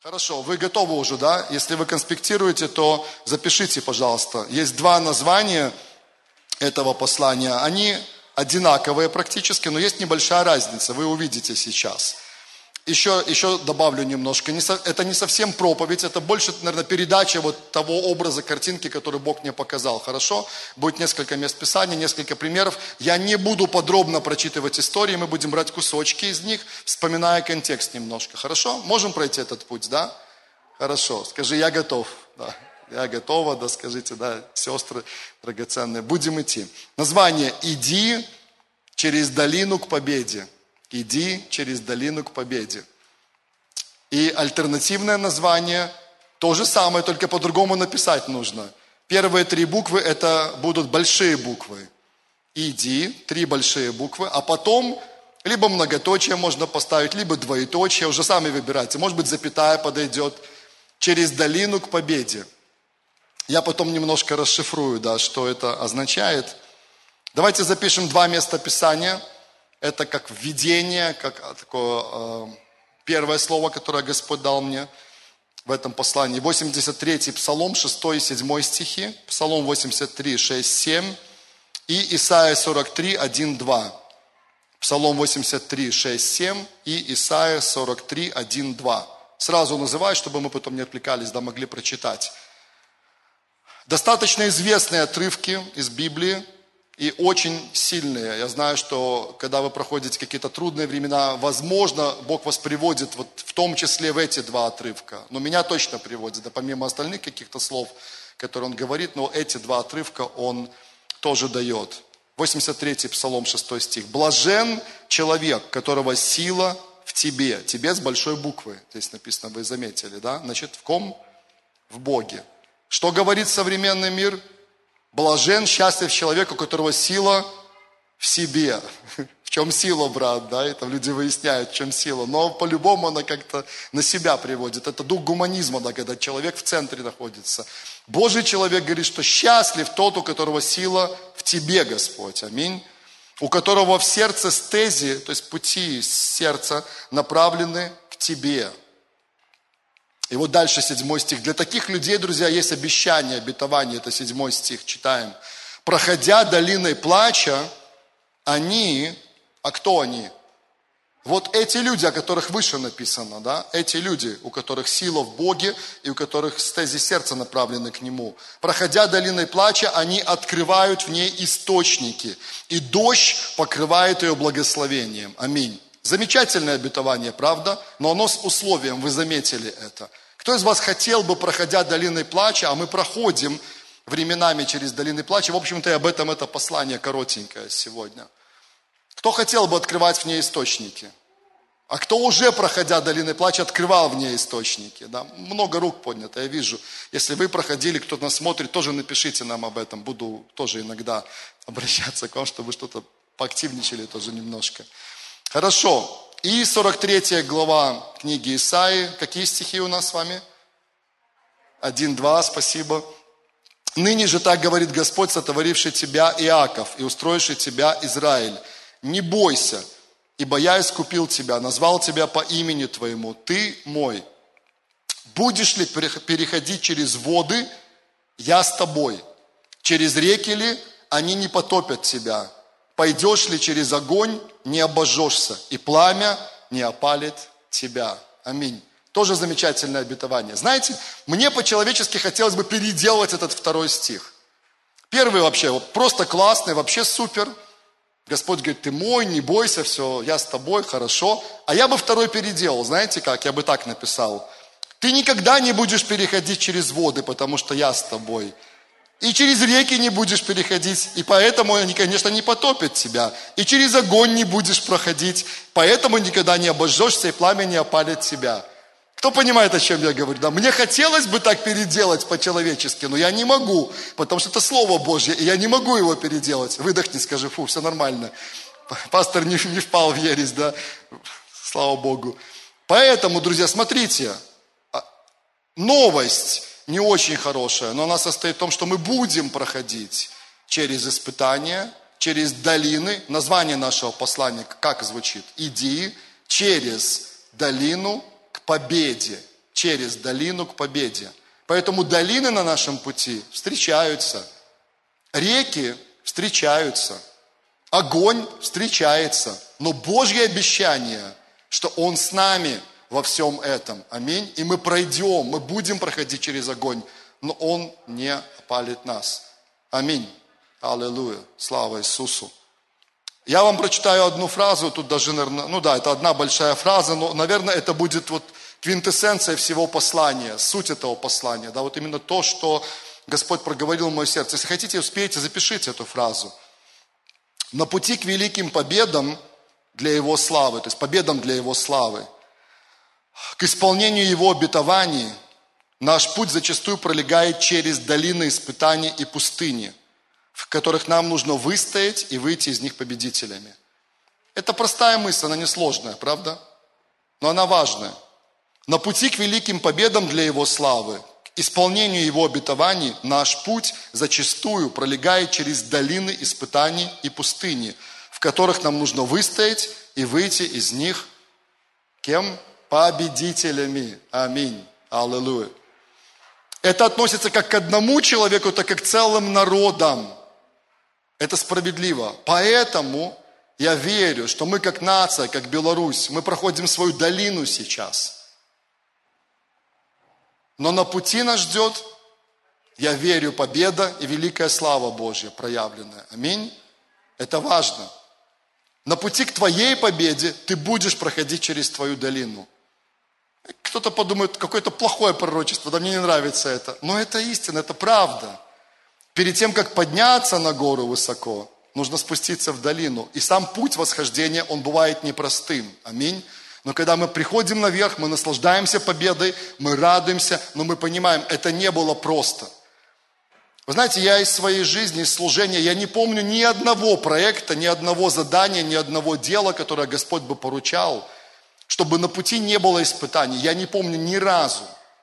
Хорошо, вы готовы уже, да? Если вы конспектируете, то запишите, пожалуйста. Есть два названия этого послания. Они одинаковые практически, но есть небольшая разница. Вы увидите сейчас. Еще добавлю немножко. Это не совсем проповедь, это больше, наверное, передача вот того образа, картинки, который Бог мне показал. Хорошо? Будет несколько мест Писания, несколько примеров. Я не буду подробно прочитывать истории, мы будем брать кусочки из них, вспоминая контекст немножко. Хорошо? Можем пройти этот путь, да? Хорошо. Скажи, я готов. Да. Я готова, да, скажите, да, сестры драгоценные. Будем идти. Название «Иди через долину к победе». Иди через долину к победе. И альтернативное название то же самое, только по-другому написать нужно. Первые три буквы это будут большие буквы. Иди, три большие буквы, а потом либо многоточие можно поставить, либо двоеточие, уже сами выбирайте. Может быть, запятая подойдет. Через долину к победе. Я потом немножко расшифрую, да, что это означает. Давайте запишем два места Писания. Это как введение, как такое первое слово, которое Господь дал мне в этом послании. 83-й Псалом, 6 и 7 стихи. Псалом 83, 6, 7. И Исайя 43, 1, 2. Псалом 83, 6, 7. И Исайя 43, 1, 2. Сразу называю, чтобы мы потом не отвлекались, да, могли прочитать. Достаточно известные отрывки из Библии. И очень сильные. Я знаю, что когда вы проходите какие-то трудные времена, возможно, Бог вас приводит вот в том числе в эти два отрывка. Но меня точно приводит, да, помимо остальных каких-то слов, которые Он говорит, но эти два отрывка Он тоже дает. 83-й Псалом, 6 стих. «Блажен человек, которого сила в тебе». Тебе с большой буквы. Здесь написано, вы заметили, да? Значит, в ком? В Боге. Что говорит современный мир? Блажен, счастлив человек, у которого сила в себе. В чем сила, брат, да? Это люди выясняют, в чем сила. Но по-любому она как-то на себя приводит. Это дух гуманизма, да, когда человек в центре находится. Божий человек говорит, что счастлив тот, у которого сила в тебе, Господь. Аминь. У которого в сердце стези, то есть пути сердца, направлены к тебе. И вот дальше 7 стих. Для таких людей, друзья, есть обещание, обетование. Это 7 стих. Читаем. «Проходя долиной плача, они...» А кто они? Вот эти люди, о которых выше написано, да? Эти люди, у которых сила в Боге и у которых стези сердца направлены к Нему. «Проходя долиной плача, они открывают в ней источники, и дождь покрывает ее благословением». Аминь. Замечательное обетование, правда? Но оно с условием, вы заметили это. Кто из вас хотел бы, проходя долиной плача, а мы проходим временами через долины плача, в общем-то и об этом это послание коротенькое сегодня. Кто хотел бы открывать в ней источники? А кто уже, проходя долиной плача, открывал в ней источники? Да? Много рук поднято, я вижу. Если вы проходили, кто нас смотрит, тоже напишите нам об этом. Буду тоже иногда обращаться к вам, чтобы вы что-то поактивничали тоже немножко. Хорошо. И 43 глава книги Исаии. Какие стихи у нас с вами? 1-2, спасибо. «Ныне же так говорит Господь, сотворивший тебя, Иаков, и устроивший тебя, Израиль. Не бойся, ибо я искупил тебя, назвал тебя по имени твоему, ты мой. Будешь ли переходить через воды, я с тобой. Через реки ли, они не потопят тебя. Пойдешь ли через огонь, не обожжешься, и пламя не опалит тебя». Аминь. Тоже замечательное обетование. Знаете, мне по-человечески хотелось бы переделать этот 2 стих. Первый вообще просто классный, вообще супер. Господь говорит, ты мой, не бойся, все, я с тобой, хорошо. А я бы 2 переделал, знаете как? Я бы так написал. Ты никогда не будешь переходить через воды, потому что я с тобой. И через реки не будешь переходить, и поэтому они, конечно, не потопят тебя. И через огонь не будешь проходить, поэтому никогда не обожжешься, и пламя не опалит тебя. Кто понимает, о чем я говорю? Да? Мне хотелось бы так переделать по-человечески, но я не могу, потому что это Слово Божье, и я не могу его переделать. Выдохни, скажи, фу, все нормально. Пастор не впал в ересь, да? Слава Богу. Поэтому, друзья, смотрите, новость не очень хорошая, но она состоит в том, что мы будем проходить через испытания, через долины. Название нашего послания как звучит? «Иди через долину к победе». через долину к победе. Поэтому долины на нашем пути встречаются, реки встречаются, огонь встречается, но Божье обещание, что Он с нами во всем этом. Аминь. И мы пройдем, мы будем проходить через огонь, но Он не опалит нас. Аминь. Аллилуйя. Слава Иисусу. Я вам прочитаю одну фразу, тут даже, наверное, это одна большая фраза, но, наверное, это будет вот квинтэссенция всего послания, суть этого послания, вот именно то, что Господь проговорил в мое сердце. Если хотите, успеете, запишите эту фразу. На пути к великим победам для Его славы, то есть победам для Его славы, к исполнению Его обетований, наш путь зачастую пролегает через долины испытаний и пустыни, в которых нам нужно выстоять и выйти из них победителями. Это простая мысль, она несложная, правда? Но она важная. На пути к великим победам для Его славы, к исполнению Его обетований, наш путь зачастую пролегает через долины испытаний и пустыни, в которых нам нужно выстоять и выйти из них кем? Победителями. Аминь. Аллилуйя. Это относится как к одному человеку, так и к целым народам. Это справедливо. Поэтому я верю, что мы как нация, как Беларусь, мы проходим свою долину сейчас. Но на пути нас ждет, я верю, победа и великая слава Божья проявленная. Аминь. Это важно. На пути к твоей победе ты будешь проходить через твою долину. Кто-то подумает, какое-то плохое пророчество, да мне не нравится это. Но это истина, это правда. Перед тем, как подняться на гору высоко, нужно спуститься в долину. И сам путь восхождения, он бывает непростым. Аминь. Но когда мы приходим наверх, мы наслаждаемся победой, мы радуемся, но мы понимаем, это не было просто. Вы знаете, я из своей жизни, из служения, я не помню ни одного проекта, ни одного задания, ни одного дела, которое Господь бы поручал, чтобы на пути не было испытаний. Я не помню ни разу.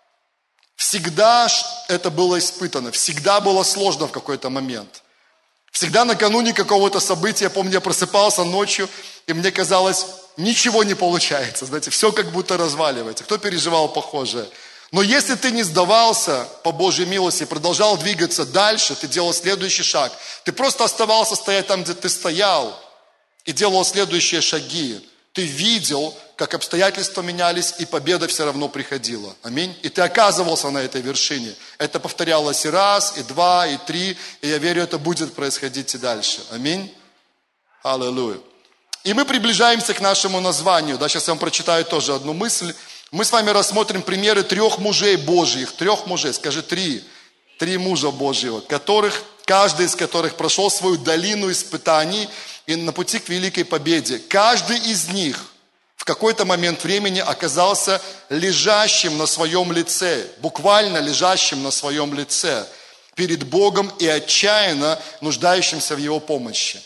Всегда это было испытано, всегда было сложно в какой-то момент. Всегда накануне какого-то события, я помню, я просыпался ночью, и мне казалось, ничего не получается, знаете, все как будто разваливается. Кто переживал похожее? Но если ты не сдавался по Божьей милости, продолжал двигаться дальше, ты делал следующий шаг, ты просто оставался стоять там, где ты стоял, и делал следующие шаги. Ты видел, как обстоятельства менялись, и победа все равно приходила. Аминь. И ты оказывался на этой вершине. Это повторялось и раз, и два, и три. И я верю, это будет происходить и дальше. Аминь. Аллилуйя. И мы приближаемся к нашему названию. Сейчас я вам прочитаю тоже одну мысль. Мы с вами рассмотрим примеры 3 мужей Божьих. 3 мужей, скажи 3. 3 мужа Божьего, каждый из которых прошел свою долину испытаний и на пути к великой победе. Каждый из них в какой-то момент времени оказался лежащим на своем лице, буквально лежащим на своем лице перед Богом и отчаянно нуждающимся в Его помощи.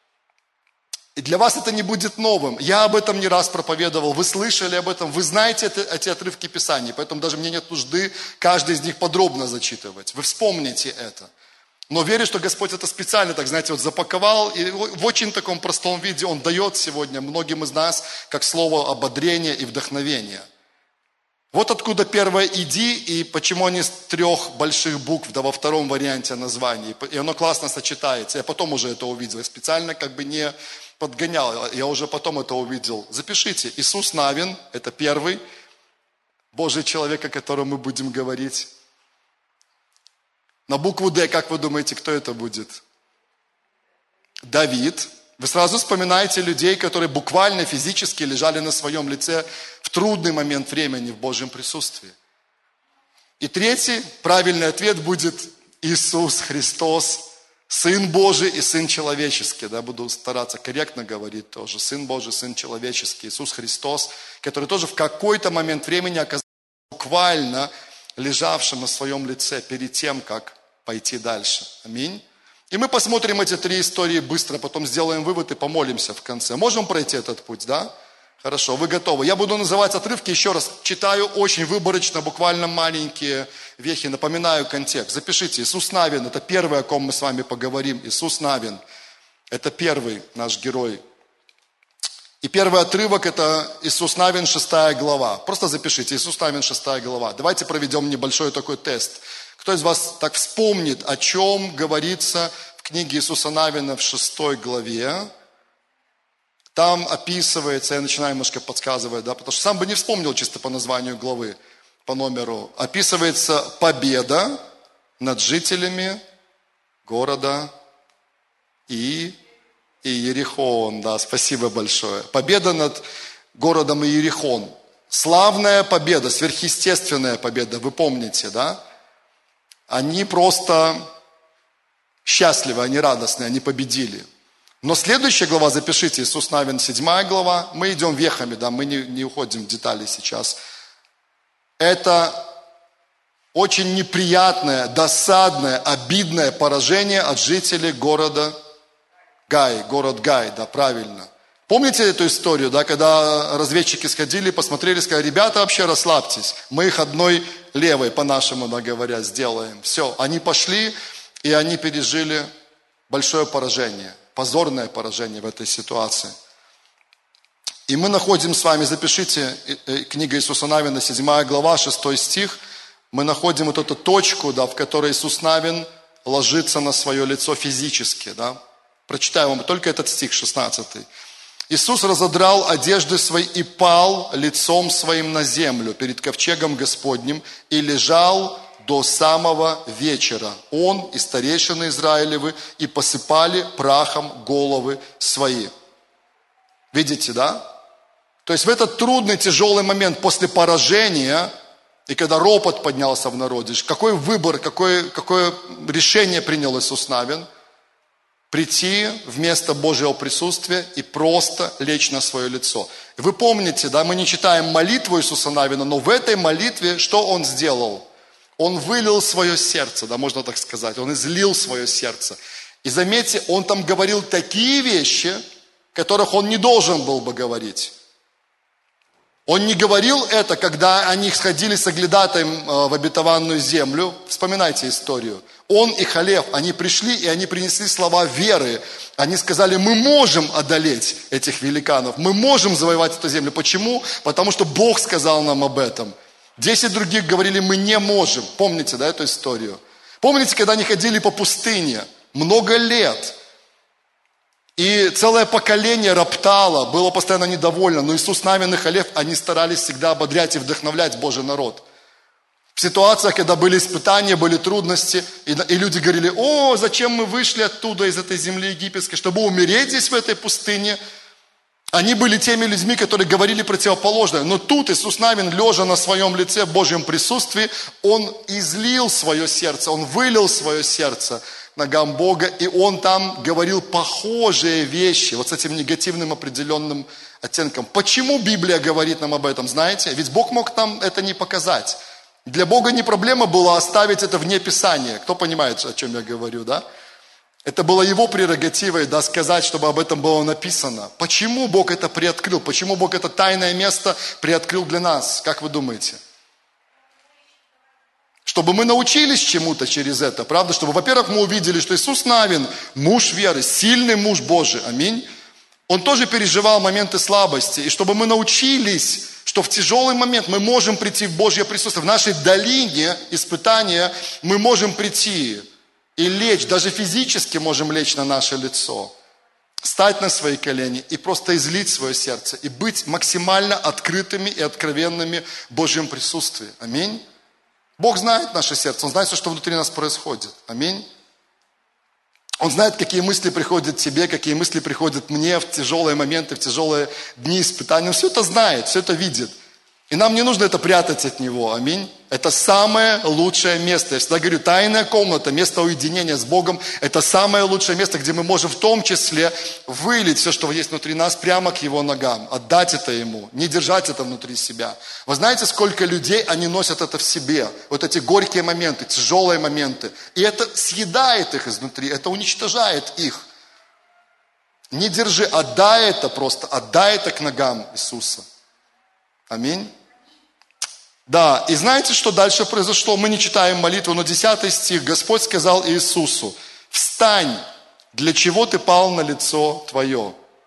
И для вас это не будет новым. Я об этом не раз проповедовал, вы слышали об этом, вы знаете эти отрывки Писаний, поэтому даже мне нет нужды каждый из них подробно зачитывать. Вы вспомните это. Но верю, что Господь это специально, так знаете, запаковал, и в очень таком простом виде Он дает сегодня многим из нас как слово ободрения и вдохновения. Вот откуда первое «иди» и почему они с 3 больших букв, во втором варианте названия. И оно классно сочетается. Я потом уже это увидел. Я специально не подгонял, я уже потом это увидел. Запишите. Иисус Навин, это первый Божий человек, о котором мы будем говорить. На букву «Д», как вы думаете, кто это будет? Давид. Вы сразу вспоминаете людей, которые буквально физически лежали на своем лице в трудный момент времени в Божьем присутствии. И третий правильный ответ будет Иисус Христос, Сын Божий и Сын человеческий. Буду стараться корректно говорить тоже. Сын Божий, Сын человеческий, Иисус Христос, который тоже в какой-то момент времени оказался буквально лежавшим на своем лице перед тем, как пойти дальше. Аминь. И мы посмотрим эти 3 истории быстро, потом сделаем вывод и помолимся в конце. Можем пройти этот путь, да? Хорошо, вы готовы. Я буду называть отрывки, еще раз читаю очень выборочно, буквально маленькие вехи, напоминаю контекст. Запишите, Иисус Навин, это первый, о ком мы с вами поговорим. Иисус Навин, это первый наш герой. И первый отрывок – это Иисус Навин, 6 глава. Просто запишите, Иисус Навин, 6 глава. Давайте проведем небольшой такой тест. Кто из вас так вспомнит, о чем говорится в книге Иисуса Навина в 6 главе? Там описывается, я начинаю немножко подсказывать, да, потому что сам бы не вспомнил чисто по названию главы, по номеру. Описывается победа над жителями города Иерихон. Да, спасибо большое. Победа над городом Иерихон. Славная победа, сверхъестественная победа, вы помните, да? Они просто счастливы, они радостны, они победили. Но следующая глава, запишите, Иисус Навин, 7 глава, мы идем вехами, да, мы не уходим в детали сейчас. Это очень неприятное, досадное, обидное поражение от жителей города Гай, город Гай, да, правильно. Помните эту историю, да, когда разведчики сходили, посмотрели, сказали: ребята, вообще расслабьтесь, мы их одной левой, по-нашему, да, говоря, сделаем. Все, они пошли, и они пережили большое поражение, позорное поражение в этой ситуации. И мы находим с вами, запишите, книга Иисуса Навина, 7 глава, 6 стих, мы находим вот эту точку, да, в которой Иисус Навин ложится на свое лицо физически, да. Прочитаю вам только этот стих, 16. «Иисус разодрал одежды свои и пал лицом своим на землю перед ковчегом Господним и лежал до самого вечера. Он и старейшины Израилевы и посыпали прахом головы свои». Видите, да? То есть в этот трудный, тяжелый момент после поражения, и когда ропот поднялся в народе, какой выбор, какое решение принял Иисус Навин? Прийти в место Божьего присутствия и просто лечь на свое лицо. Вы помните, да, мы не читаем молитву Иисуса Навина, но в этой молитве что Он сделал? Он вылил свое сердце, да, можно так сказать, Он излил свое сердце. И заметьте, Он там говорил такие вещи, которых Он не должен был бы говорить. Он не говорил это, когда они сходили с оглядатаем в обетованную землю. Вспоминайте историю. Он и Халев, они пришли и они принесли слова веры. Они сказали: мы можем одолеть этих великанов, мы можем завоевать эту землю. Почему? Потому что Бог сказал нам об этом. 10 других говорили: мы не можем. Помните, да, эту историю? Помните, когда они ходили по пустыне много лет? И целое поколение роптало, было постоянно недовольно. Но Иисус Навин и Халев, они старались всегда ободрять и вдохновлять Божий народ. В ситуациях, когда были испытания, были трудности, и люди говорили: о, зачем мы вышли оттуда, из этой земли египетской, чтобы умереть здесь, в этой пустыне. Они были теми людьми, которые говорили противоположное. Но тут Иисус Навин, лежа на своем лице в Божьем присутствии, Он излил свое сердце, Он вылил свое сердце ногам Бога, и Он там говорил похожие вещи, вот с этим негативным определенным оттенком. Почему Библия говорит нам об этом, знаете? Ведь Бог мог нам это не показать. Для Бога не проблема была оставить это вне Писания. Кто понимает, о чем я говорю, да? Это было Его прерогативой, да, сказать, чтобы об этом было написано. Почему Бог это приоткрыл? Почему Бог это тайное место приоткрыл для нас? Как вы думаете? Чтобы мы научились чему-то через это, правда? Чтобы, во-первых, мы увидели, что Иисус Навин, муж веры, сильный муж Божий, аминь. Он тоже переживал моменты слабости. И чтобы мы научились, что в тяжелый момент мы можем прийти в Божье присутствие. В нашей долине испытания мы можем прийти и лечь, даже физически можем лечь на наше лицо, стать на свои колени и просто излить свое сердце, и быть максимально открытыми и откровенными в Божьем присутствии. Аминь. Бог знает наше сердце, Он знает все, что внутри нас происходит. Аминь. Он знает, какие мысли приходят тебе, какие мысли приходят мне в тяжелые моменты, в тяжелые дни испытаний. Он все это знает, все это видит. И нам не нужно это прятать от Него. Аминь. Это самое лучшее место. Я всегда говорю, тайная комната, место уединения с Богом, это самое лучшее место, где мы можем в том числе вылить все, что есть внутри нас, прямо к Его ногам. Отдать это Ему, не держать это внутри себя. Вы знаете, сколько людей, они носят это в себе. Вот эти горькие моменты, тяжелые моменты. И это съедает их изнутри, это уничтожает их. Не держи, отдай это просто, отдай это к ногам Иисуса. Аминь. Да, и знаете, что дальше произошло? Мы не читаем молитву, но 10 стих. Господь сказал Иисусу: «Встань, для чего ты пал на лицо твое?»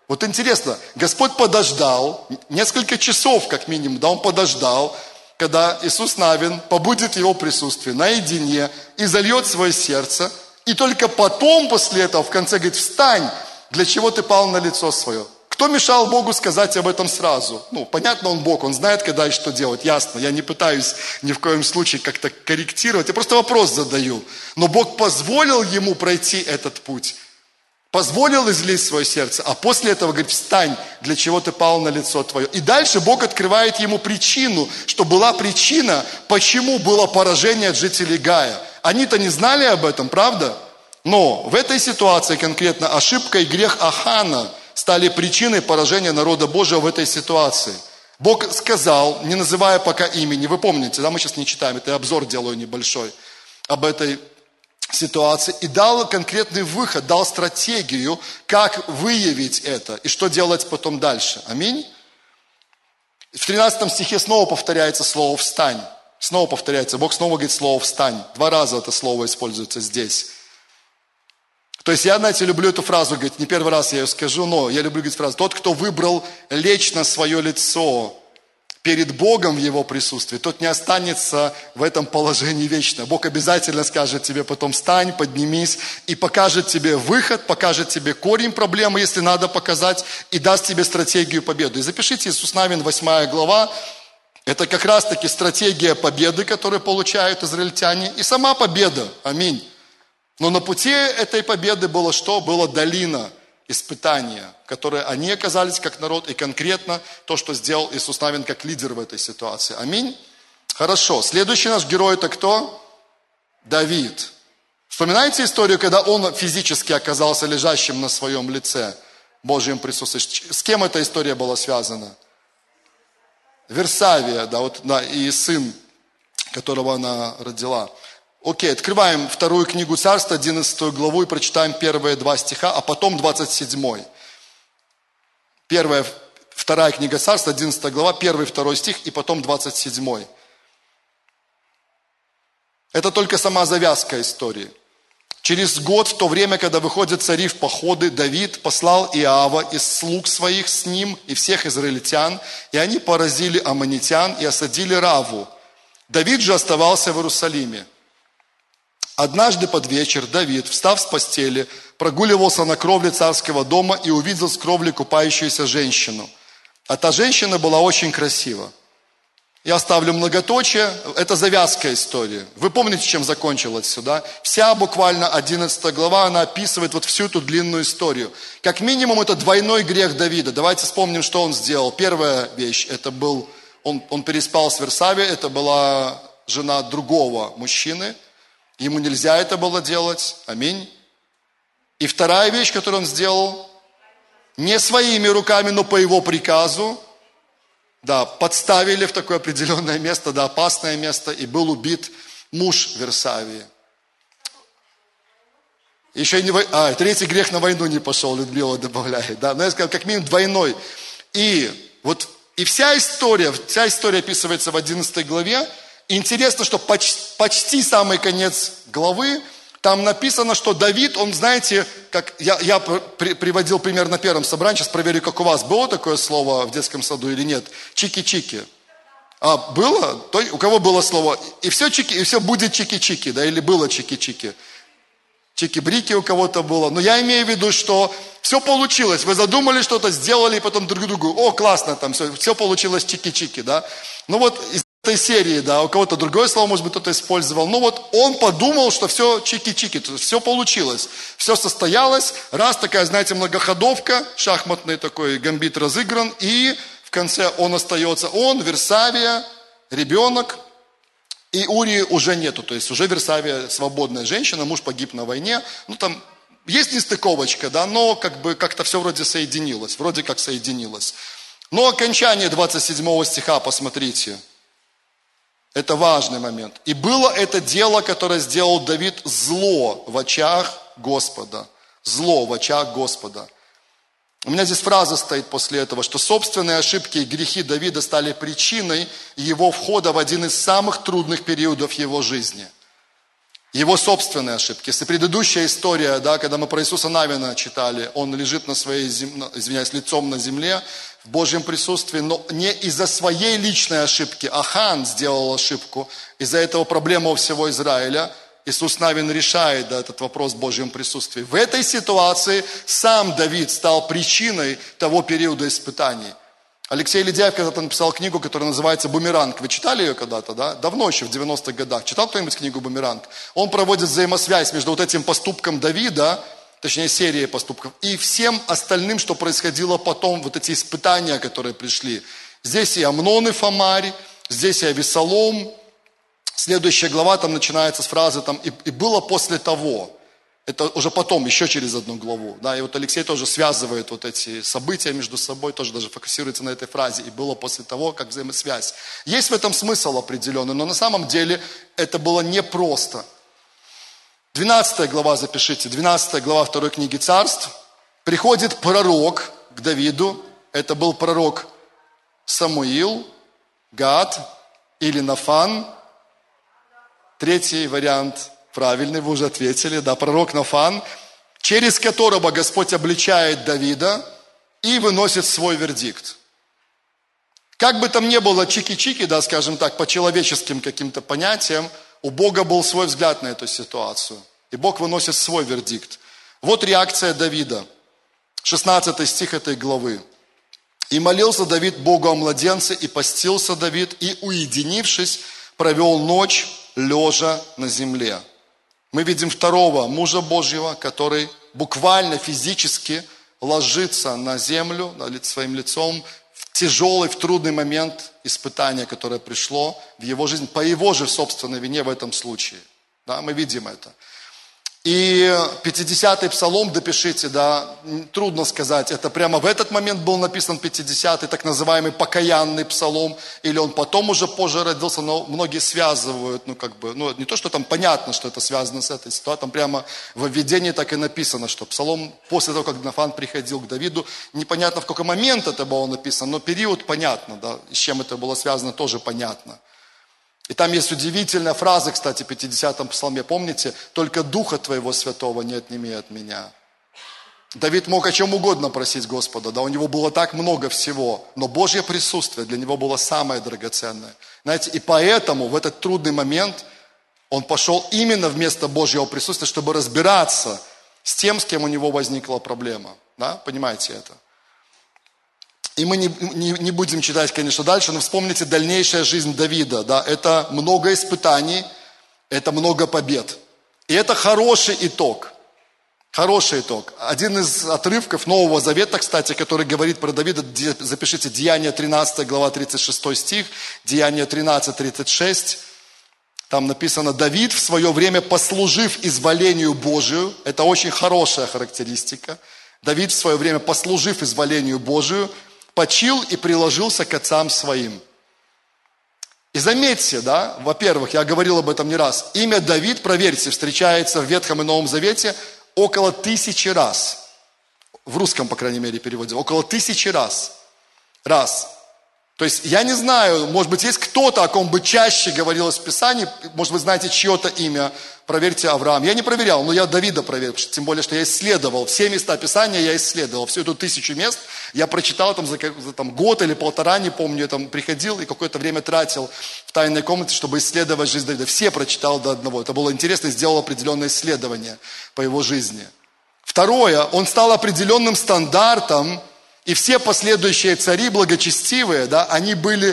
Вот интересно, Господь подождал, несколько часов как минимум, да, Он подождал, когда Иисус Навин побудет в Его присутствии наедине и зальет свое сердце, и только потом, после этого, в конце говорит: встань, для чего ты пал на лицо свое. Кто мешал Богу сказать об этом сразу? Понятно, Он Бог, Он знает, когда и что делать, ясно. Я не пытаюсь ни в коем случае как-то корректировать, я просто вопрос задаю. Но Бог позволил ему пройти этот путь, позволил излить свое сердце, а после этого говорит: встань, для чего ты пал на лицо твое. И дальше Бог открывает ему причину, что была причина, почему было поражение от жителей Гая. Они-то не знали об этом, правда? Но в этой ситуации конкретно ошибка и грех Ахана стали причиной поражения народа Божьего в этой ситуации. Бог сказал, не называя пока имени, вы помните, да, мы сейчас не читаем, это я обзор делаю небольшой об этой ситуации, и дал конкретный выход, дал стратегию, как выявить это и что делать потом дальше. Аминь. В 13 стихе снова повторяется слово «встань». Снова повторяется, Бог снова говорит слово «встань». 2 раза это слово используется здесь. То есть я, знаете, люблю эту фразу, говорит, не первый раз я ее скажу, но я люблю говорить фразу: тот, кто выбрал лечь на свое лицо перед Богом в Его присутствии, тот не останется в этом положении вечно. Бог обязательно скажет тебе потом: встань, поднимись, и покажет тебе выход, покажет тебе корень проблемы, если надо показать, и даст тебе стратегию победы. И запишите Иисус Навин, 8 глава, это как раз-таки стратегия победы, которую получают израильтяне, и сама победа. Аминь. Но на пути этой победы было что? Была долина испытания, в которой они оказались как народ, и конкретно то, что сделал Иисус Навин как лидер в этой ситуации. Аминь. Хорошо. Следующий наш герой это кто? Давид. Вспоминаете историю, когда он физически оказался лежащим на своем лице в Божьем присутствии? С кем эта история была связана? Версавия, да, и сын, которого она родила. Окей, открываем 2 книгу Царств, 11 главу, и прочитаем первые 2 стиха, а потом 27. 2 книга Царств, 11 глава, 1-2 стих, и потом 27. Это только сама завязка истории. Через год, в то время, когда выходят цари в походы, Давид послал Иоава из слуг своих с ним и всех израильтян, и они поразили аммонитян и осадили Раву. Давид же оставался в Иерусалиме. Однажды под вечер Давид, встав с постели, прогуливался на кровле царского дома и увидел с кровли купающуюся женщину. А та женщина была очень красива. Я ставлю многоточие, это завязка истории. Вы помните, чем закончилась сюда? Вся буквально 11 глава, она описывает вот всю эту длинную историю. Как минимум, это двойной грех Давида. Давайте вспомним, что он сделал. Первая вещь, это был, он переспал с Версавией, это была жена другого мужчины. Ему нельзя это было делать. Аминь. И вторая вещь, которую он сделал, не своими руками, но по его приказу, да, подставили в такое определенное место, да, опасное место, и был убит муж Версавии. Еще и не третий грех на войну не пошел, Людмила добавляет, да, но я сказал, как минимум двойной. И вся история описывается в 11 главе. Интересно, что почти самый конец главы, там написано, что Давид, он, знаете, как я приводил пример на первом собрании, сейчас проверю, как у вас, было такое слово в детском саду или нет? Чики-чики. Было? У кого было слово? И все будет чики-чики, да, или было чики-чики? Чики-брики у кого-то было. Но я имею в виду, что все получилось. Вы задумали что-то, сделали, и потом друг другу, о, классно, там все получилось чики-чики, да. Ну вот из этой серии, да, у кого-то другое слово, может быть, кто-то использовал. Ну вот он подумал, что все чики-чики, то есть все получилось. Все состоялось. Раз такая, знаете, многоходовка, шахматный такой гамбит разыгран, и в конце он остается, Версавия, ребенок, и Урии уже нету, то есть уже Версавия свободная женщина, муж погиб на войне, ну там есть нестыковочка, да, но как-то все вроде как соединилось. Но окончание 27 стиха, посмотрите, это важный момент. И было это дело, которое сделал Давид, зло в очах Господа. Зло в очах Господа. У меня здесь фраза стоит после этого, что собственные ошибки и грехи Давида стали причиной его входа в один из самых трудных периодов его жизни. Его собственные ошибки. Если предыдущая история, да, когда мы про Иисуса Навина читали, он лежит на своей, лицом на земле, в Божьем присутствии, но не из-за своей личной ошибки. Ахан сделал ошибку, из-за этого проблема у всего Израиля. Иисус Навин решает, да, этот вопрос в Божьем присутствии. В этой ситуации сам Давид стал причиной того периода испытаний. Алексей Ледяев когда-то написал книгу, которая называется «Бумеранг». Вы читали ее когда-то, да? Давно еще, в 90-х годах. Читал кто-нибудь книгу «Бумеранг»? Он проводит взаимосвязь между вот этим поступком Давида, точнее серией поступков, и всем остальным, что происходило потом, вот эти испытания, которые пришли. Здесь и Амнон, и Фомарь, здесь и Авесолом. Следующая глава там начинается с фразы там, «И было после того». Это уже потом, еще через одну главу. Да, и вот Алексей тоже связывает вот эти события между собой, тоже даже фокусируется на этой фразе. И было после того, как взаимосвязь. Есть в этом смысл определенный, но на самом деле это было непросто. 12 глава запишите, 12 глава 2 книги Царств. Приходит пророк к Давиду. Это был пророк Самуил, Гад или Нафан. Третий вариант правильный, вы уже ответили, да, пророк Нафан, через которого Господь обличает Давида и выносит свой вердикт. Как бы там ни было чики-чики, да, скажем так, по человеческим каким-то понятиям, у Бога был свой взгляд на эту ситуацию. И Бог выносит свой вердикт. Вот реакция Давида. 16 стих этой главы. «И молился Давид Богу о младенце, и постился Давид, и, уединившись, провел ночь, лежа на земле». Мы видим второго мужа Божьего, который буквально физически ложится на землю своим лицом в тяжелый, в трудный момент испытания, которое пришло в его жизнь, по его же собственной вине в этом случае. Да, мы видим это. И 50-й псалом, допишите, да, трудно сказать, это прямо в этот момент был написан 50-й, так называемый покаянный псалом, или он потом уже позже родился, но многие связывают, не то, что там понятно, что это связано с этой ситуацией, там прямо в введении так и написано, что псалом после того, как Нафан приходил к Давиду, непонятно в какой момент это было написано, но период понятно, да, и с чем это было связано, тоже понятно. И там есть удивительная фраза, кстати, в 50-м псалме, помните? «Только Духа Твоего Святого не отними от меня». Давид мог о чем угодно просить Господа, да, у него было так много всего, но Божье присутствие для него было самое драгоценное. Знаете, и поэтому в этот трудный момент он пошел именно вместо Божьего присутствия, чтобы разбираться с тем, с кем у него возникла проблема. Да, понимаете это? И мы не будем читать, конечно, дальше, но вспомните дальнейшая жизнь Давида. Да? Это много испытаний, это много побед. И это хороший итог. Хороший итог. Один из отрывков Нового Завета, кстати, который говорит про Давида, запишите, Деяния 13, глава 36 стих, Деяния 13, 36. Там написано: «Давид в свое время, послужив изволению Божию», это очень хорошая характеристика, Давид в свое время, послужив изволению Божию, почил и приложился к отцам своим. И заметьте, да, во-первых, я говорил об этом не раз, имя Давид, проверьте, встречается в Ветхом и Новом Завете около 1000 раз. В русском, по крайней мере, переводе. Около 1000 раз. То есть, я не знаю, может быть, есть кто-то, о ком бы чаще говорилось в Писании, может, вы знаете чье-то имя, проверьте Авраам. Я не проверял, но я Давида проверил, тем более, что я исследовал, все места Писания я исследовал, всю эту 1000 мест я прочитал там за год или полтора, не помню, я там приходил и какое-то время тратил в тайной комнате, чтобы исследовать жизнь Давида. Все прочитал до одного, это было интересно, и сделал определенное исследование по его жизни. Второе, он стал определенным стандартом. И все последующие цари благочестивые, да, они были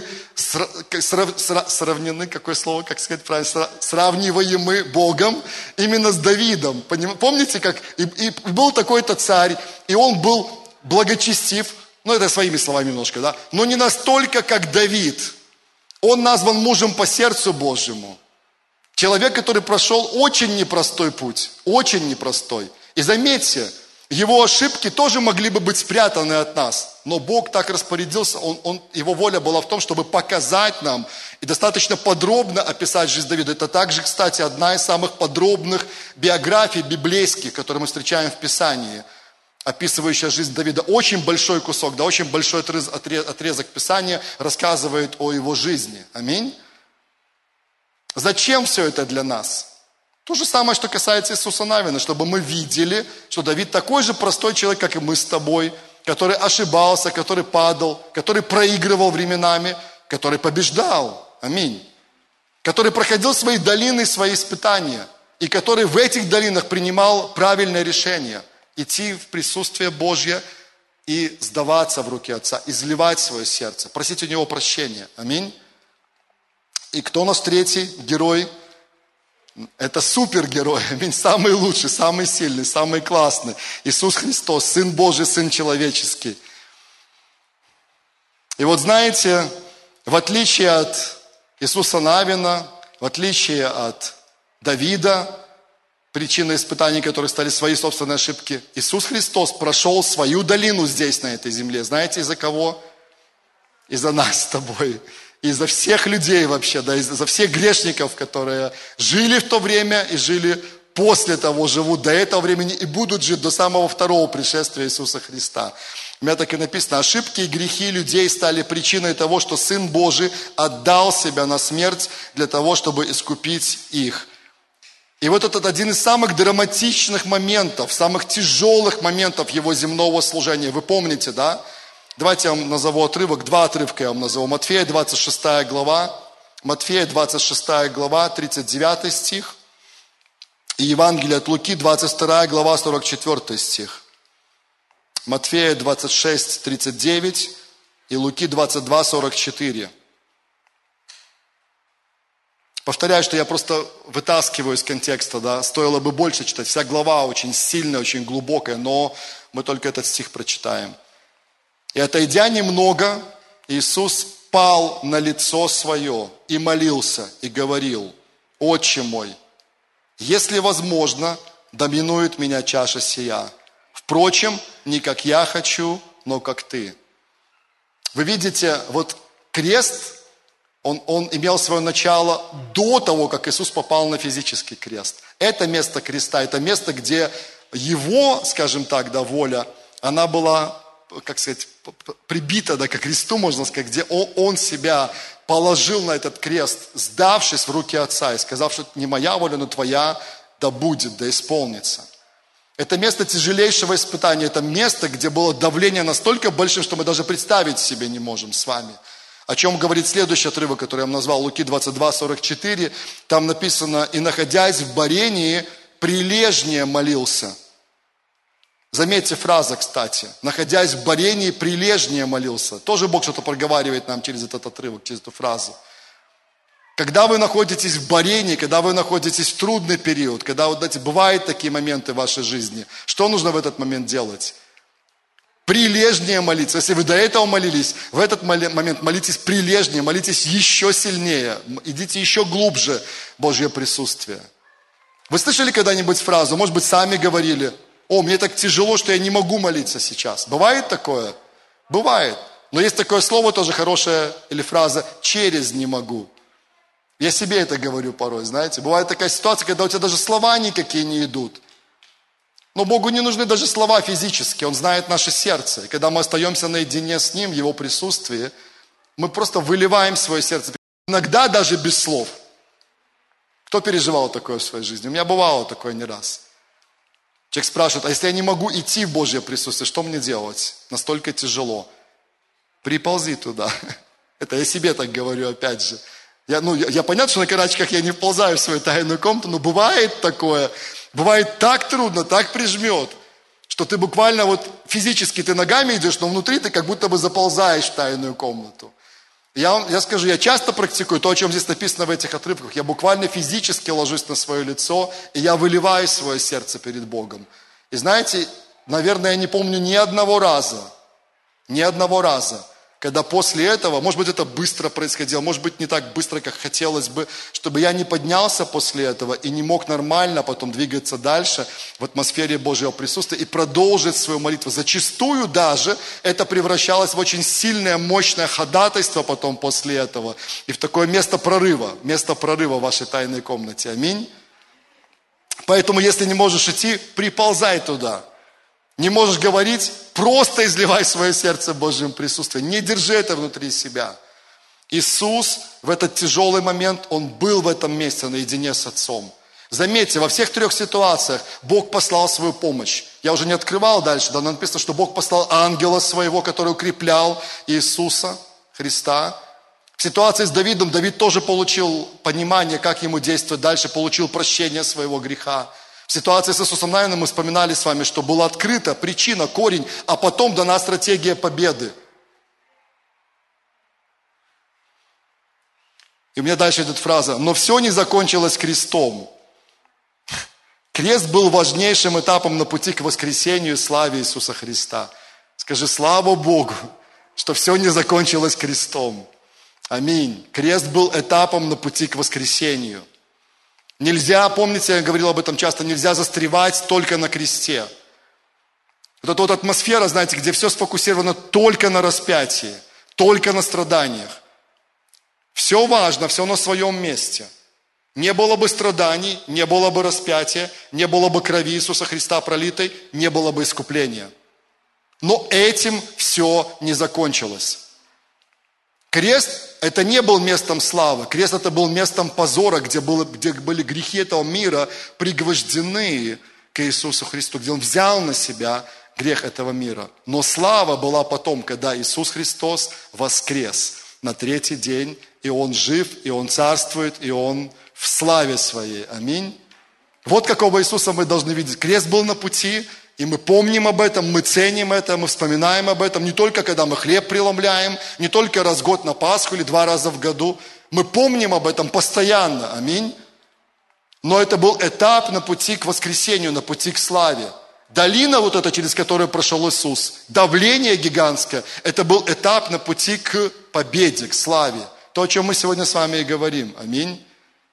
сравнены, какое слово, как сказать правильно, сравниваемы Богом именно с Давидом. Помните, как и был такой-то царь, и он был благочестив, это своими словами немножко, да, но не настолько, как Давид. Он назван мужем по сердцу Божьему. Человек, который прошел очень непростой путь, очень непростой. И заметьте, его ошибки тоже могли бы быть спрятаны от нас, но Бог так распорядился, его воля была в том, чтобы показать нам и достаточно подробно описать жизнь Давида. Это также, кстати, одна из самых подробных биографий библейских, которые мы встречаем в Писании, описывающая жизнь Давида. Очень большой кусок, да, очень большой отрезок Писания рассказывает о его жизни. Аминь. Зачем все это для нас? То же самое, что касается Иисуса Навина, чтобы мы видели, что Давид такой же простой человек, как и мы с тобой, который ошибался, который падал, который проигрывал временами, который побеждал. Аминь. Который проходил свои долины, свои испытания, и который в этих долинах принимал правильное решение – идти в присутствие Божье и сдаваться в руки Отца, изливать свое сердце, просить у Него прощения. Аминь. И кто у нас третий герой? Это супергерой, аминь, самый лучший, самый сильный, самый классный. Иисус Христос, Сын Божий, Сын человеческий. И вот знаете, в отличие от Иисуса Навина, в отличие от Давида, причиной испытаний, которые стали свои собственные ошибки, Иисус Христос прошел свою долину здесь, на этой земле. Знаете, из-за кого? Из-за нас с тобой. Из-за всех людей вообще, да, из-за всех грешников, которые жили в то время и жили после того, живут до этого времени и будут жить до самого второго пришествия Иисуса Христа. У меня так и написано: ошибки и грехи людей стали причиной того, что Сын Божий отдал себя на смерть для того, чтобы искупить их. И вот этот один из самых драматичных моментов, самых тяжелых моментов его земного служения. Вы помните, да? Давайте я вам назову отрывок, два отрывка я вам назову. Матфея 26 глава, Матфея 26 глава, 39 стих. И Евангелие от Луки, 22 глава, 44 стих. Матфея 26, 39 и Луки 22, 44. Повторяю, что я просто вытаскиваю из контекста, да, стоило бы больше читать. Вся глава очень сильная, очень глубокая, но мы только этот стих прочитаем. И отойдя немного, Иисус пал на лицо свое и молился, и говорил: «Отче мой, если возможно, доминует меня чаша сия. Впрочем, не как я хочу, но как ты». Вы видите, вот крест, он имел свое начало до того, как Иисус попал на физический крест. Это место креста, это место, где его, скажем так, да, воля, она была, как сказать, прибита, да, к кресту, можно сказать, где он себя положил на этот крест, сдавшись в руки Отца и сказав, что не моя воля, но твоя да будет, да исполнится. Это место тяжелейшего испытания, это место, где было давление настолько большим, что мы даже представить себе не можем с вами. О чем говорит следующий отрывок, который я вам назвал, Луки 22, 44. Там написано: «И, находясь в борении, прилежнее молился». Заметьте фразу, кстати. «Находясь в борении, прилежнее молился». Тоже Бог что-то проговаривает нам через этот отрывок, через эту фразу. Когда вы находитесь в борении, когда вы находитесь в трудный период, когда, вот, знаете, бывают такие моменты в вашей жизни, что нужно в этот момент делать? Прилежнее молиться. Если вы до этого молились, в этот момент молитесь прилежнее, молитесь еще сильнее, идите еще глубже в Божье присутствие. Вы слышали когда-нибудь фразу, может быть, сами говорили: «О, мне так тяжело, что я не могу молиться сейчас». Бывает такое? Бывает. Но есть такое слово тоже хорошее, или фраза «через не могу». Я себе это говорю порой, знаете. Бывает такая ситуация, когда у тебя даже слова никакие не идут. Но Богу не нужны даже слова физические, Он знает наше сердце. И когда мы остаемся наедине с Ним, в Его присутствии, мы просто выливаем свое сердце. Иногда даже без слов. Кто переживал такое в своей жизни? У меня бывало такое не раз. Человек спрашивает: а если я не могу идти в Божье присутствие, что мне делать? Настолько тяжело. Приползи туда. Это я себе так говорю опять же. Я понятно, что на карачках я не вползаю в свою тайную комнату, но бывает такое. Бывает так трудно, так прижмет, что ты буквально вот физически ты ногами идешь, но внутри ты как будто бы заползаешь в тайную комнату. Я скажу, я часто практикую то, о чем здесь написано в этих отрывках. Я буквально физически ложусь на свое лицо, и я выливаю свое сердце перед Богом. И знаете, наверное, я не помню ни одного раза, когда после этого, может быть, это быстро происходило, может быть, не так быстро, как хотелось бы, чтобы я не поднялся после этого и не мог нормально потом двигаться дальше в атмосфере Божьего присутствия и продолжить свою молитву. Зачастую даже это превращалось в очень сильное, мощное ходатайство потом после этого и в такое место прорыва в вашей тайной комнате. Аминь. Поэтому, если не можешь идти, приползай туда. Не можешь говорить, просто изливай свое сердце в Божьем присутствии. Не держи это внутри себя. Иисус в этот тяжелый момент, Он был в этом месте наедине с Отцом. Заметьте, во всех 3 ситуациях Бог послал свою помощь. Я уже не открывал дальше, но написано, что Бог послал ангела своего, который укреплял Иисуса Христа. В ситуации с Давидом Давид тоже получил понимание, как ему действовать дальше, получил прощение своего греха. В ситуации с Иисусом Навином мы вспоминали с вами, что была открыта причина, корень, а потом дана стратегия победы. И у меня дальше идет фраза: «Но все не закончилось крестом». Крест был важнейшим этапом на пути к воскресению и славе Иисуса Христа. Скажи: слава Богу, что все не закончилось крестом. Аминь. Крест был этапом на пути к воскресению. Нельзя, помните, я говорил об этом часто, нельзя застревать только на кресте. Вот эта вот атмосфера, знаете, где все сфокусировано только на распятии, только на страданиях. Все важно, все на своем месте. Не было бы страданий, не было бы распятия, не было бы крови Иисуса Христа пролитой, не было бы искупления. Но этим все не закончилось. Крест – это не был местом славы. Крест – это был местом позора, где были грехи этого мира пригвождены к Иисусу Христу, где Он взял на себя грех этого мира. Но слава была потом, когда Иисус Христос воскрес на 3-й день, и Он жив, и Он царствует, и Он в славе Своей. Аминь. Вот какого Иисуса мы должны видеть. Крест был на пути, и мы помним об этом, мы ценим это, мы вспоминаем об этом, не только когда мы хлеб преломляем, не только раз в год на Пасху или 2 раза в году. Мы помним об этом постоянно. Аминь. Но это был этап на пути к воскресению, на пути к славе. Долина вот эта, через которую прошел Иисус, давление гигантское, это был этап на пути к победе, к славе. То, о чем мы сегодня с вами и говорим. Аминь.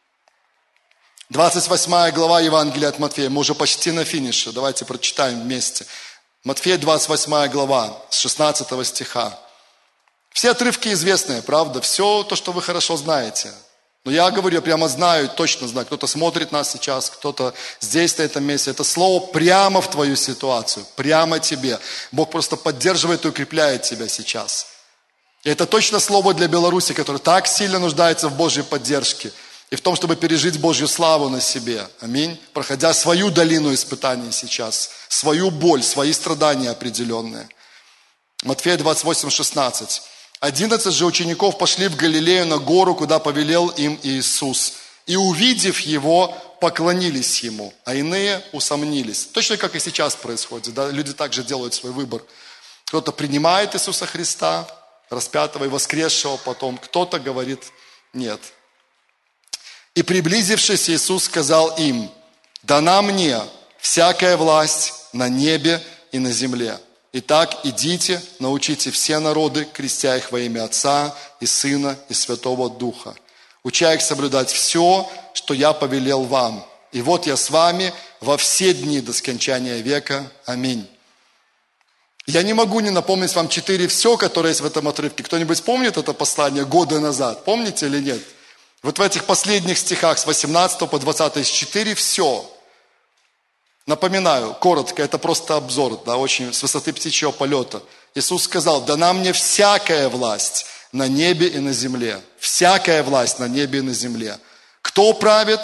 28 глава Евангелия от Матфея. Мы уже почти на финише. Давайте прочитаем вместе. Матфея 28 глава, с 16 стиха. Все отрывки известные, правда? Все то, что вы хорошо знаете. Но я говорю, я прямо знаю, точно знаю. Кто-то смотрит нас сейчас, кто-то здесь, на этом месте. Это слово прямо в твою ситуацию, прямо тебе. Бог просто поддерживает и укрепляет тебя сейчас. И это точно слово для Беларуси, которая так сильно нуждается в Божьей поддержке. И в том, чтобы пережить Божью славу на себе. Аминь. Проходя свою долину испытаний сейчас. Свою боль, свои страдания определенные. Матфея 28, 16. 11 же учеников пошли в Галилею на гору, куда повелел им Иисус. И, увидев Его, поклонились Ему, а иные усомнились. Точно как и сейчас происходит. Да? Люди также делают свой выбор. Кто-то принимает Иисуса Христа, распятого и воскресшего потом. Кто-то говорит нет. И, приблизившись, Иисус сказал им: «Дана мне всякая власть на небе и на земле. Итак, идите, научите все народы, крестя их во имя Отца и Сына и Святого Духа, уча их соблюдать все, что я повелел вам. И вот я с вами во все дни до скончания века. Аминь». Я не могу не напомнить вам 4 «все», которые есть в этом отрывке. Кто-нибудь помнит это послание годы назад? Помните или нет? Вот в этих последних стихах с 18 по 20 есть 4 «все». Напоминаю, коротко, это просто обзор, да, очень с высоты птичьего полета. Иисус сказал: «Дана мне всякая власть на небе и на земле». Всякая власть на небе и на земле. Кто правит?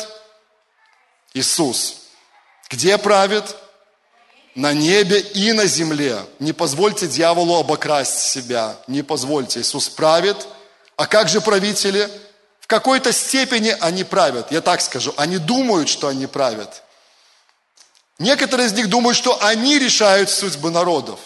Иисус. Где правит? На небе и на земле. Не позвольте дьяволу обокрасть себя. Не позвольте. Иисус правит. А как же правители? В какой-то степени они правят. Я так скажу. Они думают, что они правят. Некоторые из них думают, что они решают судьбы народов.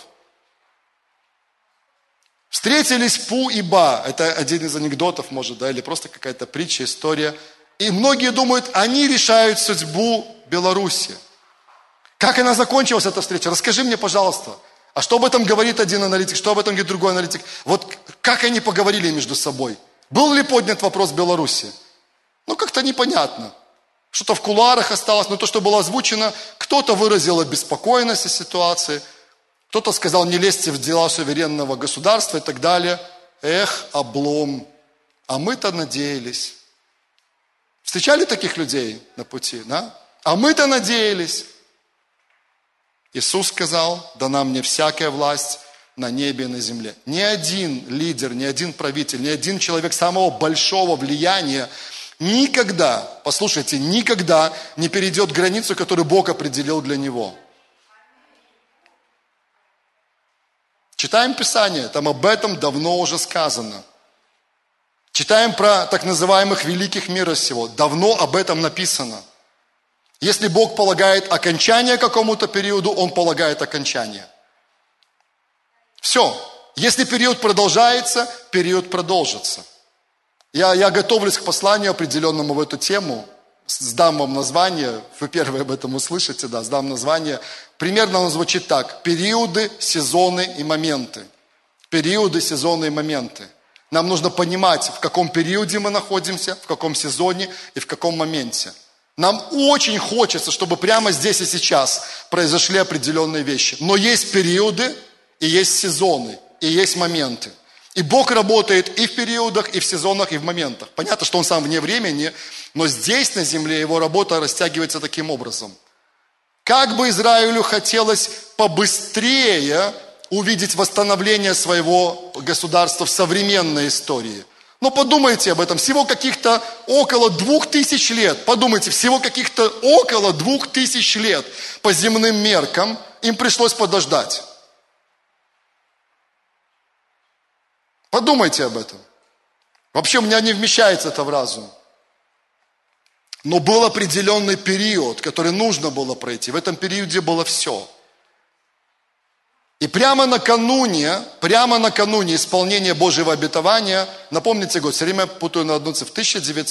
Встретились Пу и Ба. Это один из анекдотов, может, да, или просто какая-то притча, история. И многие думают, они решают судьбу Беларуси. Как она закончилась, эта встреча? Расскажи мне, пожалуйста. А что об этом говорит один аналитик, что об этом говорит другой аналитик? Вот как они поговорили между собой? Был ли поднят вопрос Беларуси? Ну, как-то непонятно. Что-то в кулуарах осталось, но то, что было озвучено, кто-то выразил обеспокоенность из ситуации, кто-то сказал: не лезьте в дела суверенного государства и так далее. Эх, облом. А мы-то надеялись. Встречали таких людей на пути, да? А мы-то надеялись. Иисус сказал: дана мне всякая власть на небе и на земле. Ни один лидер, ни один правитель, ни один человек самого большого влияния никогда, послушайте, никогда не перейдет границу, которую Бог определил для него. Читаем Писание, там об этом давно уже сказано. Читаем про так называемых великих мира сего, давно об этом написано. Если Бог полагает окончание какому-то периоду, Он полагает окончание. Все. Если период продолжается, период продолжится. Я готовлюсь к посланию определенному в эту тему. Сдам вам название, вы первые об этом услышите, да, сдам название. Примерно оно звучит так. Периоды, сезоны и моменты. Периоды, сезоны и моменты. Нам нужно понимать, в каком периоде мы находимся, в каком сезоне и в каком моменте. Нам очень хочется, чтобы прямо здесь и сейчас произошли определенные вещи. Но есть периоды, и есть сезоны, и есть моменты. И Бог работает и в периодах, и в сезонах, и в моментах. Понятно, что Он сам вне времени, но здесь на земле Его работа растягивается таким образом. Как бы Израилю хотелось побыстрее увидеть восстановление своего государства в современной истории. Но подумайте об этом, всего каких-то около 2000 лет, подумайте, всего каких-то около 2000 лет по земным меркам им пришлось подождать. Подумайте об этом. Вообще у меня не вмещается это в разум. Но был определенный период, который нужно было пройти. В этом периоде было все. И прямо накануне исполнения Божьего обетования, напомните год, все время путаю на одну цифру,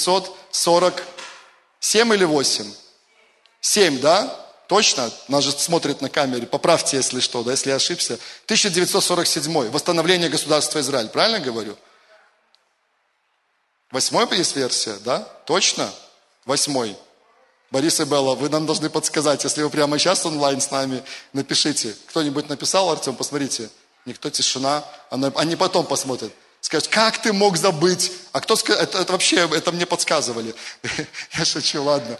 1947 или 8? 7, да? Точно? Нас же смотрят на камере, поправьте, если что, да, если я ошибся. 1947, восстановление государства Израиль, правильно говорю? 8 есть версия, да? Точно? 8. Борис и Белла, вы нам должны подсказать, если вы прямо сейчас онлайн с нами, напишите. Кто-нибудь написал, Артем, посмотрите. Никто, тишина. Они потом посмотрят. Скажут, как ты мог забыть? А кто сказал? Это вообще, это мне подсказывали. Я шучу, ладно.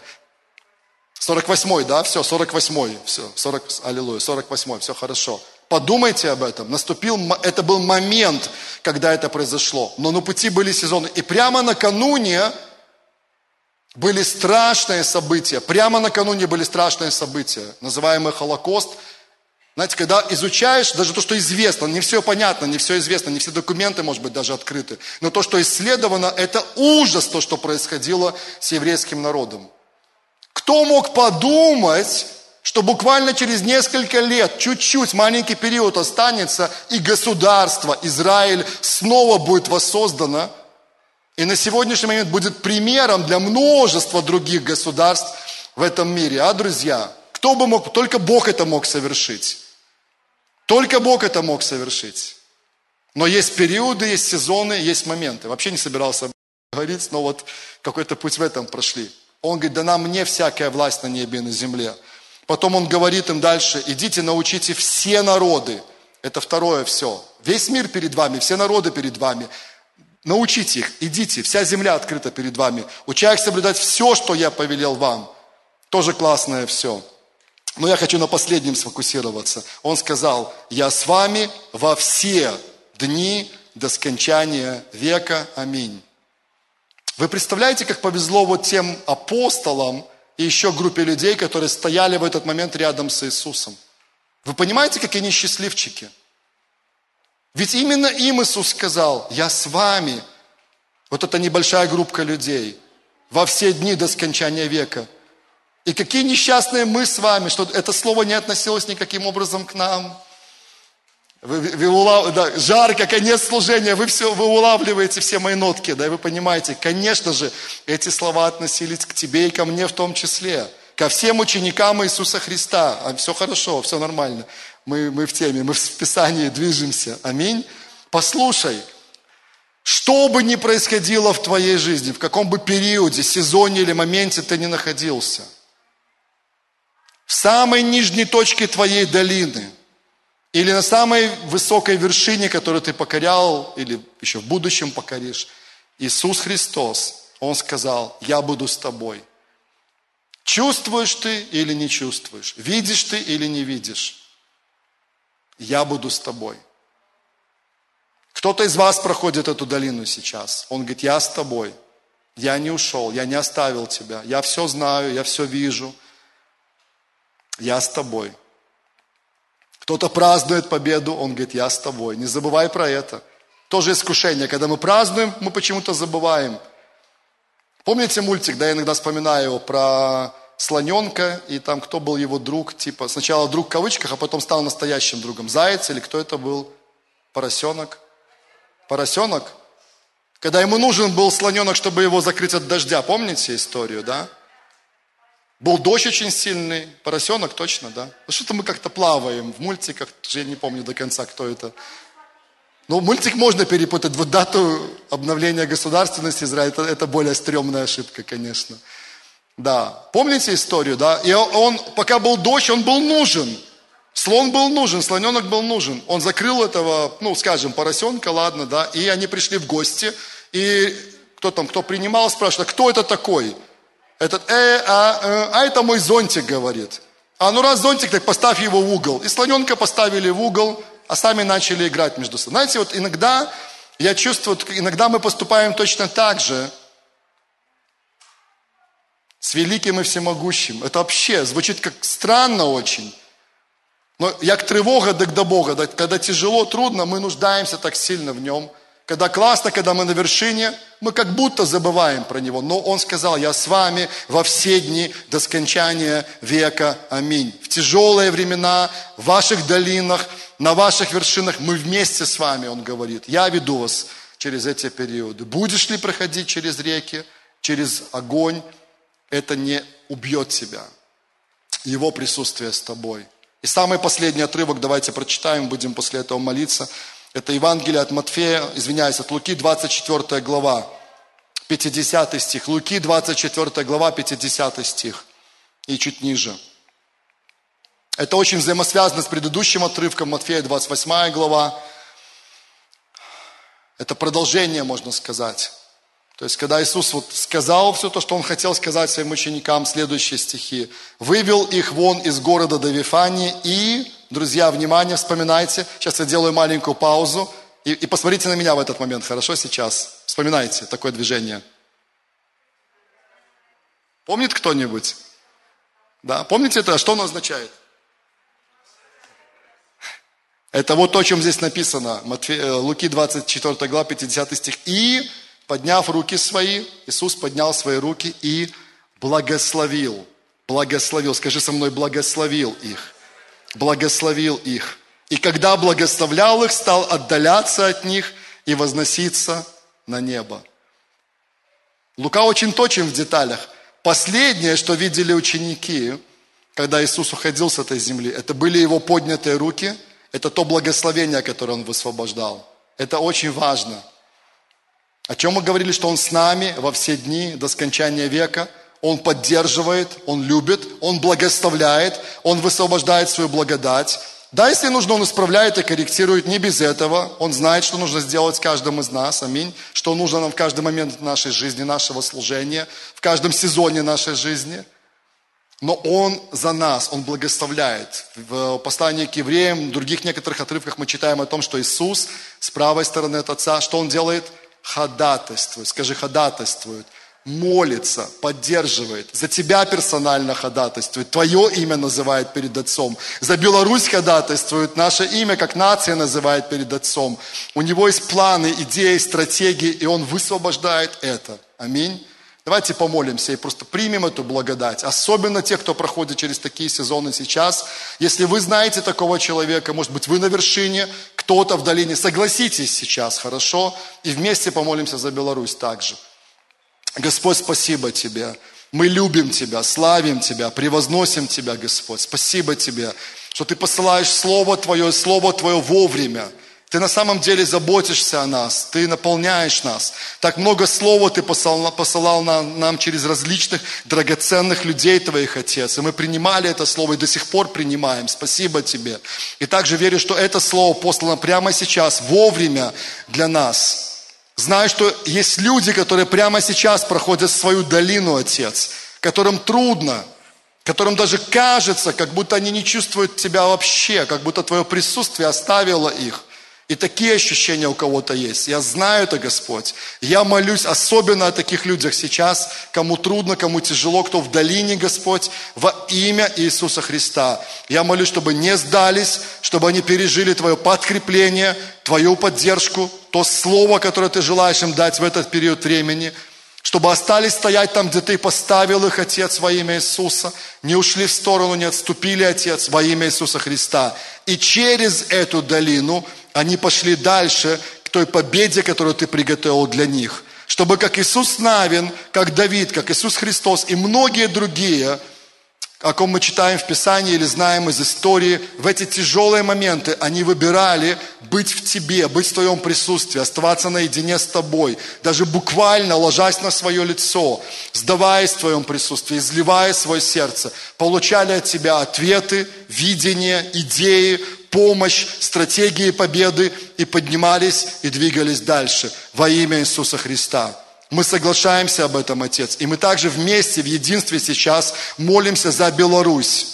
48-й, да, все, 48-й, все, аллилуйя, 48-й, все хорошо. Подумайте об этом. Это был момент, когда это произошло. Но на пути были сезоны. И прямо накануне были страшные события. Прямо накануне были страшные события, называемый Холокост. Знаете, когда изучаешь, даже то, что известно, не все понятно, не все известно, не все документы, может быть, даже открыты. Но то, что исследовано, это ужас, то, что происходило с еврейским народом. Кто мог подумать, что буквально через несколько лет, чуть-чуть, маленький период останется, и государство Израиль снова будет воссоздано, и на сегодняшний момент будет примером для множества других государств в этом мире. А, друзья, кто бы мог, только Бог это мог совершить. Только Бог это мог совершить. Но есть периоды, есть сезоны, есть моменты. Вообще не собирался говорить, но вот какой-то путь в этом прошли. Он говорит, дана мне всякая власть на небе и на земле. Потом он говорит им дальше, идите научите все народы. Это второе все. Весь мир перед вами, все народы перед вами. Научите их, идите, вся земля открыта перед вами. Уча их соблюдать все, что я повелел вам. Тоже классное все. Но я хочу на последнем сфокусироваться. Он сказал, я с вами во все дни до скончания века. Аминь. Вы представляете, как повезло вот тем апостолам и еще группе людей, которые стояли в этот момент рядом с Иисусом. Вы понимаете, какие они счастливчики? Ведь именно им Иисус сказал, я с вами, вот эта небольшая группа людей, во все дни до скончания века. И какие несчастные мы с вами, что это слово не относилось никаким образом к нам. Жарко, конец служения, вы улавливаете все мои нотки, да, и вы понимаете, конечно же, эти слова относились к тебе и ко мне в том числе, ко всем ученикам Иисуса Христа. Все хорошо, все нормально, мы в теме, мы в Писании движемся, аминь. Послушай, что бы ни происходило в твоей жизни, в каком бы периоде, сезоне или моменте ты ни находился, в самой нижней точке твоей долины, или на самой высокой вершине, которую ты покорял, или еще в будущем покоришь, Иисус Христос, Он сказал, я буду с тобой. Чувствуешь ты или не чувствуешь? Видишь ты или не видишь? Я буду с тобой. Кто-то из вас проходит эту долину сейчас. Он говорит, я с тобой. Я не ушел, я не оставил тебя. Я все знаю, я все вижу. Я с тобой. Кто-то празднует победу, он говорит, я с тобой. Не забывай про это. Тоже искушение. Когда мы празднуем, мы почему-то забываем. Помните мультик, да, я иногда вспоминаю его про слоненка, и там кто был его друг, типа, сначала друг в кавычках, а потом стал настоящим другом. Заяц или кто это был? Поросенок? Поросенок? Когда ему нужен был слоненок, чтобы его закрыть от дождя. Помните историю, да? Был дождь очень сильный, поросенок точно, да? Ну что-то мы как-то плаваем в мультиках, я не помню до конца, кто это. Ну, мультик можно перепутать, вот дату обновления государственности Израиля, это более стрёмная ошибка, конечно. Да, помните историю, да? И он, пока был дождь, он был нужен. Слон был нужен, слоненок был нужен. Он закрыл этого, ну, скажем, поросенка, ладно, да? И они пришли в гости, и кто принимал, спрашивает, а кто это такой? Этот, это мой зонтик, говорит. А ну раз зонтик, так поставь его в угол. И слоненка поставили в угол, а сами начали играть между собой. Знаете, вот иногда, я чувствую, иногда мы поступаем точно так же с великим и всемогущим. Это вообще звучит как странно очень. Но як тревога до Бога, когда тяжело, трудно, мы нуждаемся так сильно в Нем. Когда классно, когда мы на вершине, мы как будто забываем про Него. Но Он сказал, я с вами во все дни до скончания века. Аминь. В тяжелые времена, в ваших долинах, на ваших вершинах мы вместе с вами, Он говорит. Я веду вас через эти периоды. Будешь ли проходить через реки, через огонь, это не убьет тебя. Его присутствие с тобой. И самый последний отрывок, давайте прочитаем, будем после этого молиться. Это Евангелие от Матфея, от Луки, 24 глава, 50 стих. Луки, 24 глава, 50 стих. И чуть ниже. Это очень взаимосвязано с предыдущим отрывком, Матфея, 28 глава. Это продолжение, можно сказать. То есть, когда Иисус сказал все то, что Он хотел сказать своим ученикам, следующие стихи. «Вывел их вон из города до Вифании и...» Друзья, внимание, вспоминайте. Сейчас я делаю маленькую паузу. И посмотрите на меня в этот момент, хорошо, сейчас? Вспоминайте такое движение. Помнит кто-нибудь? Да, помните это? Что оно означает? Это вот то, о чем здесь написано. Луки 24 глава, 50 стих. «И, подняв руки свои, Иисус поднял свои руки и благословил». Благословил. Скажи со мной, благословил их. Благословил их. И когда благословлял их, стал отдаляться от них и возноситься на небо. Лука очень точен в деталях. Последнее, что видели ученики, когда Иисус уходил с этой земли, это были Его поднятые руки, это то благословение, которое Он высвобождал. Это очень важно. О чем мы говорили, что Он с нами во все дни до скончания века. Он поддерживает, Он любит, Он благословляет, Он высвобождает свою благодать. Да, если нужно, Он исправляет и корректирует, не без этого. Он знает, что нужно сделать с каждым из нас, аминь. Что нужно нам в каждый момент нашей жизни, нашего служения, в каждом сезоне нашей жизни. Но Он за нас, Он благословляет. В послании к евреям, в других некоторых отрывках мы читаем о том, что Иисус с правой стороны от Отца, что Он делает? Ходатайствует. Скажи, ходатайствует. Молится, поддерживает, за тебя персонально ходатайствует, твое имя называет перед Отцом, за Беларусь ходатайствует, наше имя как нация называет перед Отцом. У Него есть планы, идеи, стратегии, и Он высвобождает это. Аминь. Давайте помолимся и просто примем эту благодать. Особенно те, кто проходит через такие сезоны сейчас. Если вы знаете такого человека, может быть, вы на вершине, кто-то в долине, согласитесь сейчас, хорошо? И вместе помолимся за Беларусь также. Господь, спасибо Тебе. Мы любим Тебя, славим Тебя, превозносим Тебя, Господь. Спасибо Тебе, что Ты посылаешь Слово Твое вовремя. Ты на самом деле заботишься о нас, Ты наполняешь нас. Так много Слова Ты посылал нам через различных драгоценных людей Твоих, Отец. И мы принимали это Слово и до сих пор принимаем. Спасибо Тебе. И также верю, что это Слово послано прямо сейчас, вовремя для нас. Знаю, что есть люди, которые прямо сейчас проходят свою долину, Отец, которым трудно, которым даже кажется, как будто они не чувствуют Тебя вообще, как будто Твое присутствие оставило их. И такие ощущения у кого-то есть. Я знаю это, Господь. Я молюсь особенно о таких людях сейчас, кому трудно, кому тяжело, кто в долине, Господь, во имя Иисуса Христа. Я молюсь, чтобы не сдались, чтобы они пережили Твое подкрепление, Твою поддержку, то слово, которое Ты желаешь им дать в этот период времени, чтобы остались стоять там, где Ты поставил их, Отец, во имя Иисуса, не ушли в сторону, не отступили, Отец, во имя Иисуса Христа. И через эту долину они пошли дальше к той победе, которую Ты приготовил для них. Чтобы как Иисус Навин, как Давид, как Иисус Христос и многие другие, о ком мы читаем в Писании или знаем из истории, в эти тяжелые моменты они выбирали быть в Тебе, быть в Твоем присутствии, оставаться наедине с Тобой, даже буквально ложась на свое лицо, сдаваясь в Твоем присутствии, изливая свое сердце, получали от Тебя ответы, видения, идеи, помощь, стратегии победы и поднимались и двигались дальше во имя Иисуса Христа. Мы соглашаемся об этом, Отец. И мы также вместе в единстве сейчас молимся за Беларусь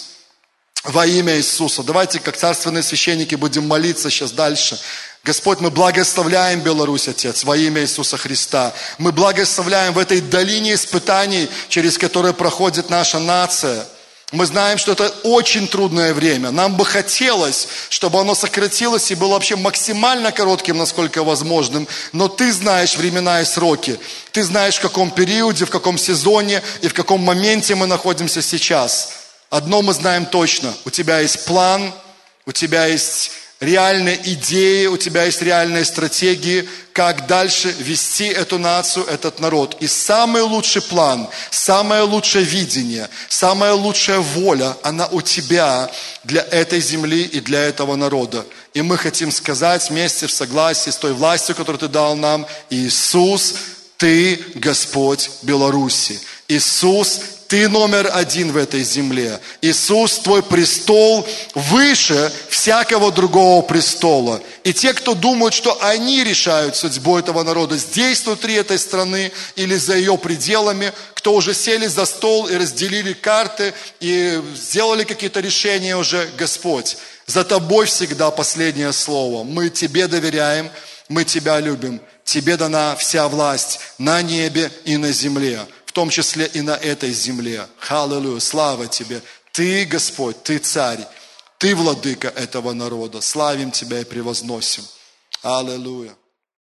во имя Иисуса. Давайте, как царственные священники, будем молиться сейчас дальше. Господь, мы благословляем Беларусь, Отец, во имя Иисуса Христа. Мы благословляем в этой долине испытаний, через которые проходит наша нация. Мы знаем, что это очень трудное время. Нам бы хотелось, чтобы оно сократилось и было вообще максимально коротким, насколько возможным. Но Ты знаешь времена и сроки. Ты знаешь, в каком периоде, в каком сезоне и в каком моменте мы находимся сейчас. Одно мы знаем точно. У Тебя есть план, у Тебя есть реальные идеи, у Тебя есть реальные стратегии, как дальше вести эту нацию, этот народ. И самый лучший план, самое лучшее видение, самая лучшая воля, она у Тебя для этой земли и для этого народа. И мы хотим сказать вместе в согласии с той властью, которую Ты дал нам: Иисус, Ты Господь Беларуси. Иисус, Ты номер один в этой земле. Иисус, Твой престол выше всякого другого престола. И те, кто думают, что они решают судьбу этого народа здесь, внутри этой страны или за ее пределами, кто уже сели за стол и разделили карты и сделали какие-то решения уже, Господь, за Тобой всегда последнее слово. Мы Тебе доверяем, мы Тебя любим. Тебе дана вся власть на небе и на земле, в том числе и на этой земле. Аллилуйя, слава Тебе. Ты, Господь, Ты царь, Ты владыка этого народа. Славим Тебя и превозносим. Аллилуйя.